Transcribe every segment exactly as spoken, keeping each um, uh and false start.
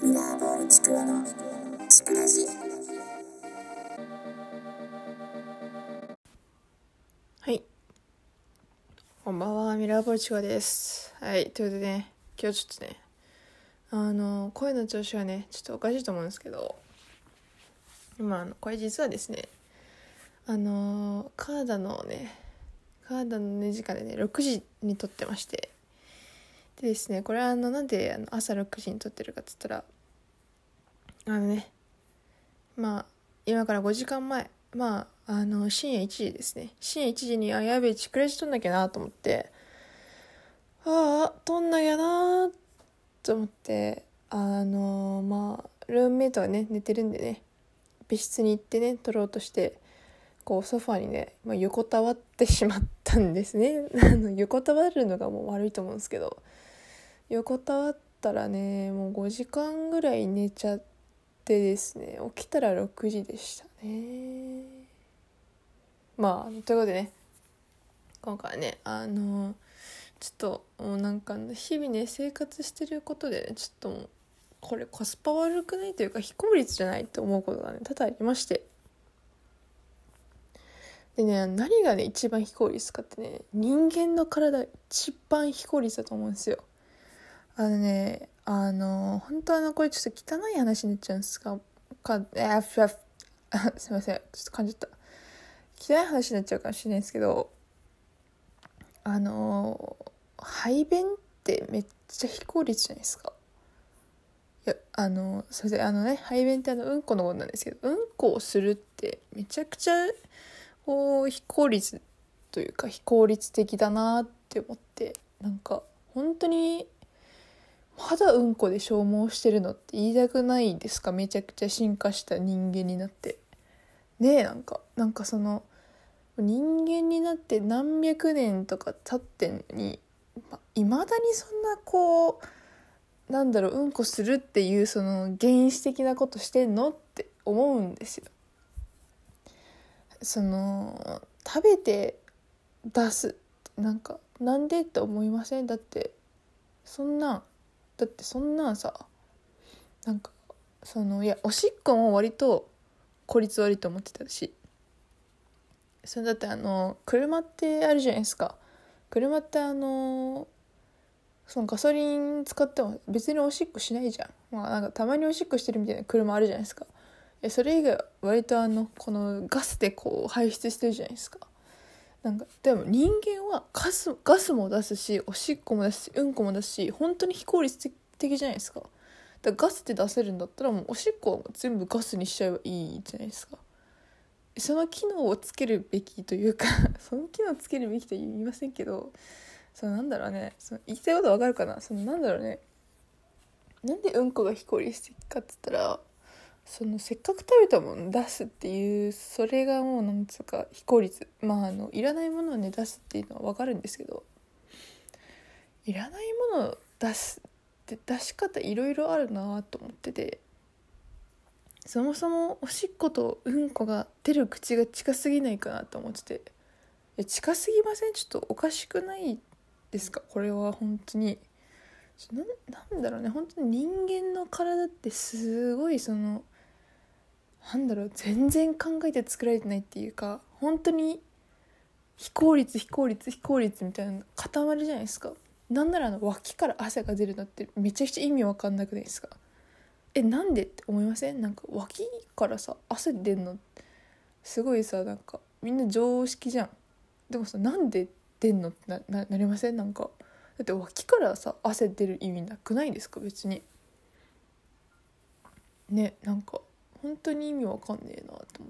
ミラーボールちくわのちくらじ。 はい、こんばんは。ミラーボールちくわです。はい、ということでね、今日ちょっとね、あの声の調子はねちょっとおかしいと思うんですけど、今あのこれ実はですね、あのカーダのねカーダのね時間でねろくじに撮ってまして、でですね、これはあのなんであの朝ろくじに撮ってるかっつったら、あのねまあ今からごじかんまえ、まああの深夜いちじですね。深夜いちじにあやべえチクラジ撮んなきゃなと思って、ああ撮んなきゃなと思って、あのまあルームメイトがね寝てるんでね、別室に行ってね撮ろうとして、こうソファにね、まあ、横たわってしまったんですね。あの横たわるのがもう悪いと思うんですけど、横たわったらねもうごじかんぐらい寝ちゃってですね、起きたらろくじでしたね。まあということでね、今回はねあのちょっともうなんか日々ね生活してることでね、ちょっともうこれコスパ悪くないというか非効率じゃないって思うことがね多々ありまして、でね、何がね一番非効率かってね、人間の体一番非効率だと思うんですよ。あのねあの本当あのこれちょっと汚い話になっちゃうんですがかあふあすいません、ちょっと感じた汚い話になっちゃうかもしれないですけど、あの排便ってめっちゃ非効率じゃないですか。いやあのすいません、あのね排便ってあのうんこのことなんですけど、うんこをするってめちゃくちゃこう非効率というか非効率的だなって思って、なんか本当にまだうんこで消耗してるのって言いたくないですか？めちゃくちゃ進化した人間になってねえ、なんかなんかその人間になって何百年とか経ってんのにいまだにそんなこうなんだろううんこするっていうその原始的なことしてんのって思うんですよ。その食べて出すなんかなんでって思いません？だってそんなだってそんなんさ、なんかそのいやおしっこも割と効率悪いと思ってたし、それだってあの車ってあるじゃないですか。車ってあのそのガソリン使っても別におしっこしないじゃん。まあなんかたまにおしっこしてるみたいな車あるじゃないですか。えそれ以外は割とあのこのガスでこう排出してるじゃないですか。なんかでも人間はガスガスも出すしおしっこも出すしうんこも出すし、本当に非効率的じゃないですか。だからガスで出せるんだったらもうおしっこは全部ガスにしちゃえばいいじゃないですか。その機能をつけるべきというかその機能をつけるべきとは言いませんけど、そのなんだろうね、その言いたいことわかるかな。そのなんだろうね、なんでうんこが非効率的かって言ったら、そのせっかく食べたもの出すっていう、それがもうなんつうか非効率。まああのいらないものをね出すっていうのはわかるんですけど、いらないものを出すって出し方いろいろあるなと思ってて、そもそもおしっことうんこが出る口が近すぎないかなと思ってて、え近すぎません？ちょっとおかしくないですか？これは本当にな、なんだろうね、本当に人間の体ってすごいそのなんだろう、全然考えて作られてないっていうか、本当に非効率非効率非効率みたいな塊じゃないですか。なんならあの脇から汗が出るのってめちゃくちゃ意味わかんなくないですか？えなんでって思いません？なんか脇からさ汗出んのすごいさ、なんかみんな常識じゃん。でもさなんで出んのってな、な、なりません？なんかだって脇からさ汗出る意味なくないですか？別にね、なんか本当に意味わかんねえなと思って、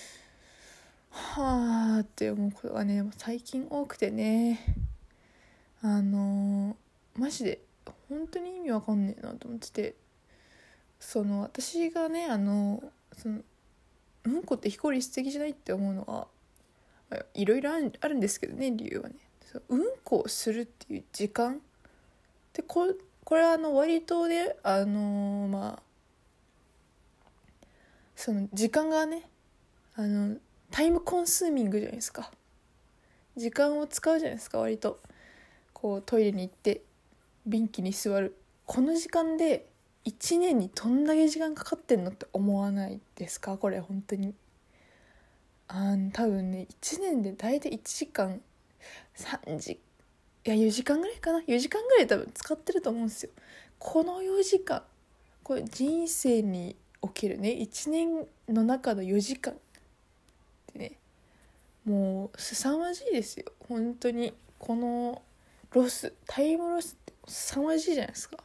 はーって思うことがね最近多くてね、あのー、マジで本当に意味わかんねえなと思ってて、その私がねあのそのうんこって非効率的じゃないって思うのはいろいろあるあるんですけどね、理由はね。そううんこをするっていう時間で、これこれはあの割とねあのー、まあその時間がねあのタイムコンスーミングじゃないですか。時間を使うじゃないですか。割とこうトイレに行って便器に座るこの時間でいちねんにどんだけ時間かかってんのって思わないですか？これ本当にあ多分ねいちねんで大体いちじかんさんじいやよじかんぐらいかな、よじかんぐらい多分使ってると思うんですよ。このよじかん、これ人生におけるねいちねんの中のよじかんってね、もう凄まじいですよ本当に。このロス、タイムロスって凄まじいじゃないですか。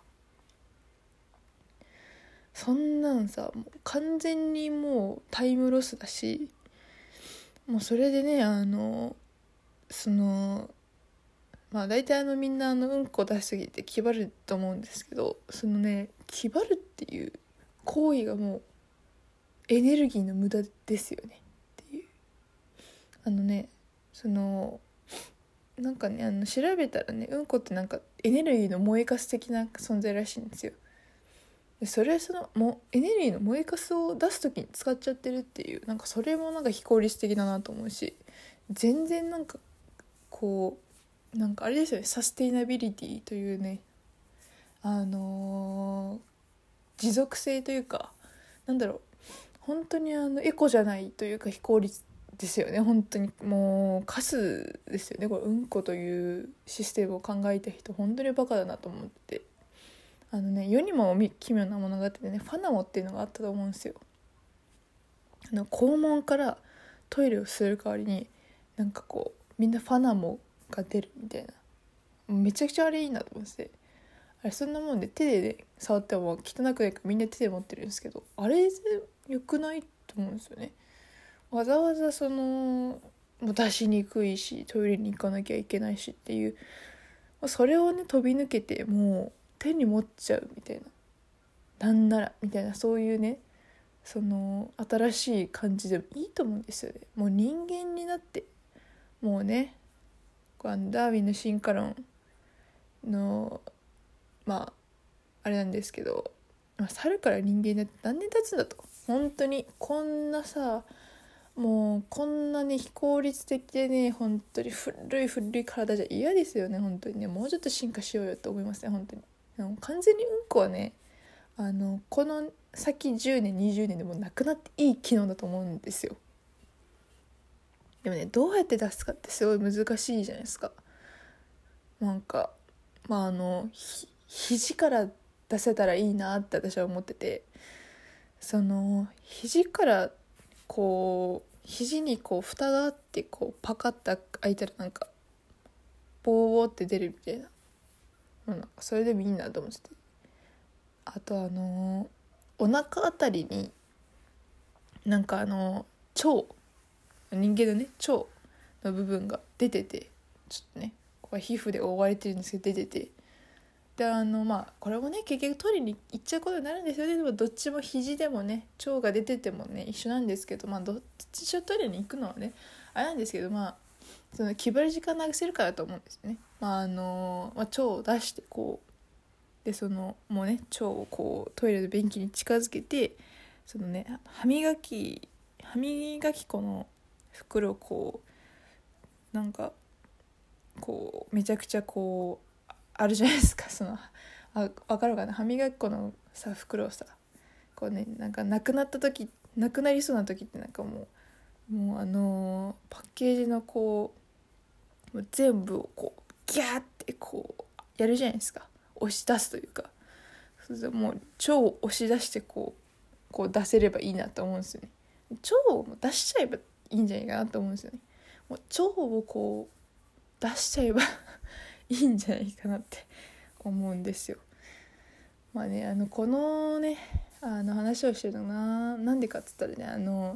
そんなんさ、もう完全にもうタイムロスだし、もうそれでね、あのそのまあ大体あのみんなあのうんこ出しすぎて気張ると思うんですけど、そのね気張るっていう行為がもうエネルギーの無駄ですよねっていう。あのねそのなんかねあの調べたらね、うんこってなんかエネルギーの燃えかす的な存在らしいんですよ。でそれはそのもエネルギーの燃えかすを出す時に使っちゃってるっていう、なんかそれもなんか非効率的だなと思うし、全然なんかこうなんかあれですよね、サステイナビリティというね、あのー、持続性というか、なんだろう、本当にあのエコじゃないというか非効率ですよね本当に。もうカスですよねこれ。うんこというシステムを考えた人本当にバカだなと思って。あのね世にも奇妙な物語でね、ファナモっていうのがあったと思うんですよ。あの肛門からトイレをする代わりになんかこうみんなファナモが出るみたいな、めちゃくちゃあれいいなと思って。あれそんなもんで手で、ね、触っても汚くないからみんな手で持ってるんですけど、あれ良くないと思うんですよね。わざわざその出しにくいしトイレに行かなきゃいけないしっていう、それをね飛び抜けてもう手に持っちゃうみたいな、なんならみたいな、そういうねその新しい感じでもいいと思うんですよね。もう人間になってもうね、ダーウィンの進化論のまああれなんですけど、まあ、猿から人間になって何年経つんだと。本当にこんなさ、もうこんなね非効率的でね本当に古い古い体じゃ嫌ですよね本当にね。もうちょっと進化しようよと思いますね本当に。完全にうんこはねあのこの先じゅうねんにじゅうねんでもなくなっていい機能だと思うんですよ。でもねどうやって出すかってすごい難しいじゃないですか。なんかまああのひ肘から出せたらいいなって私は思ってて、その肘からこう肘にこう蓋があってこうパカッと開いたらなんかボーって出るみたいな、なんかそれでもいいなと思ってて。あとあのお腹あたりになんかあの腸、人間のね腸の部分が出てて、ちょっとねこれ皮膚で覆われてるんですけど出てて、であのまあこれもね結局取りに行っちゃうことになるんですよね。でもどっちも肘でもね腸が出ててもね一緒なんですけど、まあどっちしろ取りに行くのはねあれなんですけど、まあその気張る時間長せるからだと思うんですよね。まああの、まあ、腸を出してこうでそのもうね腸をこうトイレの便器に近づけて、そのね歯磨き歯磨き粉の袋をこうなんかこうめちゃくちゃこうあるじゃないですか。そのあ分かるかな、歯磨き粉のさ袋をさこうねなんかなくなった時なくなりそうな時ってなんかもうもうあのー、パッケージのこうもう全部をこうギャーってこうやるじゃないですか。押し出すというか、もう腸を押し出してこうこう出せればいいなと思うんですよね。腸を出しちゃえばいいんじゃないかなと思うんですよね。もう腸をこう出しちゃえばいいんじゃないかなって思うんですよ。まあねあのこのねあの話をしてるのななんでかっつったらねあの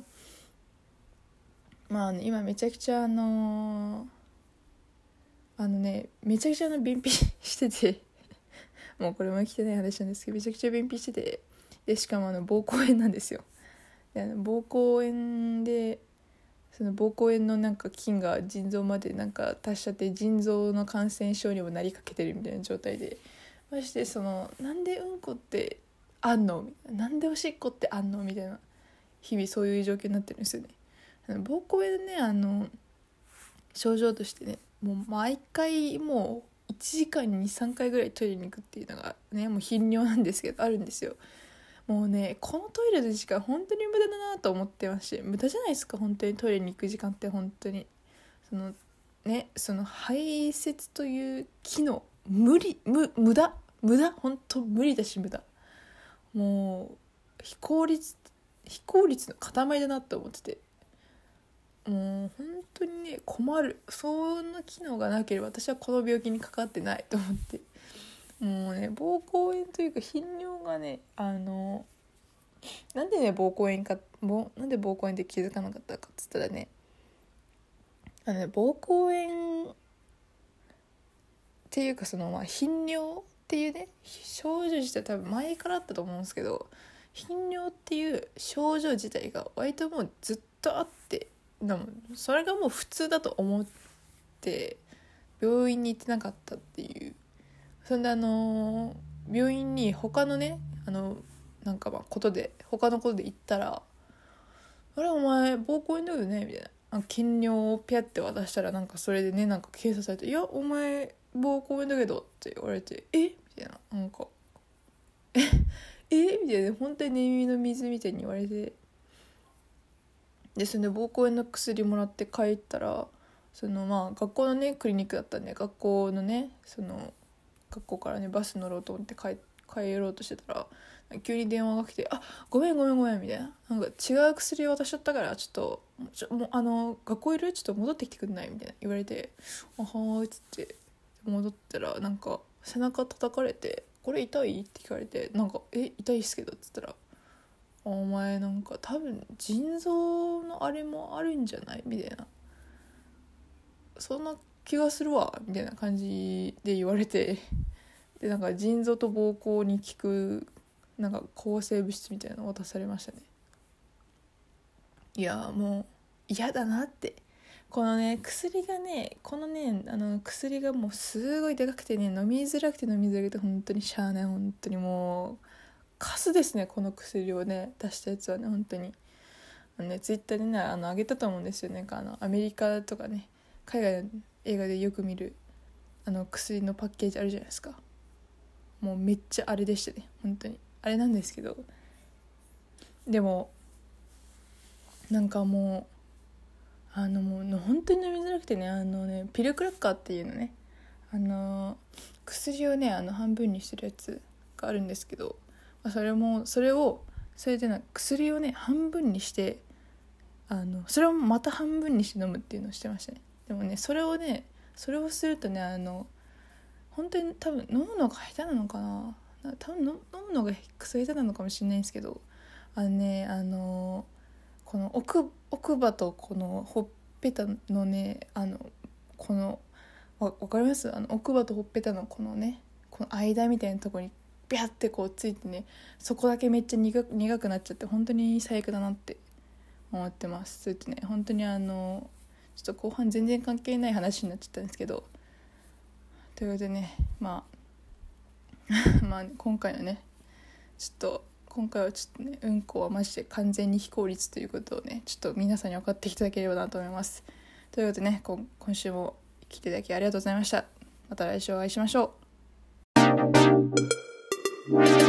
まあ、ね、今めちゃくちゃあのあのねめちゃくちゃあの便秘しててもうこれも汚い話なんですけどめちゃくちゃ便秘してて、でしかもあの膀胱炎なんですよ。であの膀胱炎でその膀胱炎のなんか菌が腎臓までなんか達しちゃって腎臓の感染症にもなりかけてるみたいな状態で、ましてそのなんでうんこってあんのみたいな、なんでおしっこってあんのみたいな、日々そういう状況になってるんですよね。あの膀胱炎ねあの症状としてねもう毎回もういっちじかんににさんかいぐらいトイレに行くっていうのがねもう頻尿なんですけどあるんですよ。もうねこのトイレの時間本当に無駄だなと思ってまして、無駄じゃないですか本当にトイレに行く時間って。本当にそのねその排泄という機能無理無無駄無駄本当無理だし無駄、もう非効率非効率の塊だなって思ってて、もう本当にね困る。そんな機能がなければ私はこの病気にかかってないと思って、もうね膀胱炎というか頻尿がねあのなんでね膀胱炎かぼなんで膀胱炎って気づかなかったかっつったらねあのね膀胱炎っていうかそのまあ頻尿っていうね症状自体多分前からあったと思うんですけど、頻尿っていう症状自体が割ともうずっとあって、でもそれがもう普通だと思って病院に行ってなかったっていう。そんであの病院に他のねあのなんかまあことで他のことで行ったら、あれお前膀胱炎だよねみたいな、あ検尿をピャって渡したらなんかそれでねなんか検査されて、いやお前膀胱炎だけどって言われて、えみたいな、なんかええみたいな、本当に寝耳の水みたいに言われて、でそれで膀胱炎の薬もらって帰ったら、そのまあ学校のねクリニックだったんで、学校のねその学校からねバス乗ろうと思って帰帰ろうとしてたら急に電話が来て、あごめんごめんごめんみたいな、なんか違う薬渡しちゃったからちょっとちょもうあの学校いるちょっと戻ってきてくんないみたいな言われて、あはーいっつって戻ったらなんか背中叩かれて、これ痛いって聞かれて、なんかえ痛いっすけどっつったら、お前なんか多分腎臓のあれもあるんじゃないみたいな、そんな気がするわみたいな感じで言われて、でなんか腎臓と膀胱に効くなんか抗生物質みたいなのを渡されましたね。いやもう嫌だなって、このね薬がねこのねあの薬がもうすごいでかくてね飲みづらくて飲みづらくて本当にしゃあない、本当にもうカスですねこの薬をね出したやつはね本当にあのねツイッターでねあの上げたと思うんですよね。あのアメリカとかね海外の映画でよく見るあの薬のパッケージあるじゃないですか。もうめっちゃあれでしたね本当にあれなんですけど、でもなんかもうあのもう本当に飲みづらくてね、あのねピルクラッカーっていうのねあの薬をねあの半分にしてるやつがあるんですけど、それもそれをそれでな薬をね半分にしてあのそれをまた半分にして飲むっていうのをしてましたね。でもねそれをねそれをするとねあの本当に多分飲むのが下手なのかな、多分飲むのがクソ下手なのかもしれないんですけど、あのねあのこの 奥, 奥歯とこのほっぺたのねあのこのわ分かります、あの奥歯とほっぺたのこのねこの間みたいなところにビャってこうついてね、そこだけめっちゃ 苦, 苦くなっちゃって本当に最悪だなって思ってます。それとね本当にあのちょっと後半全然関係ない話になっちゃったんですけど、ということでねまあまあ、ね、今回のねちょっと今回はちょっとねうんこはマジで完全に非効率ということをねちょっと皆さんに分かっていただければなと思います。ということでね今週も来ていただきありがとうございました。また来週お会いしましょう。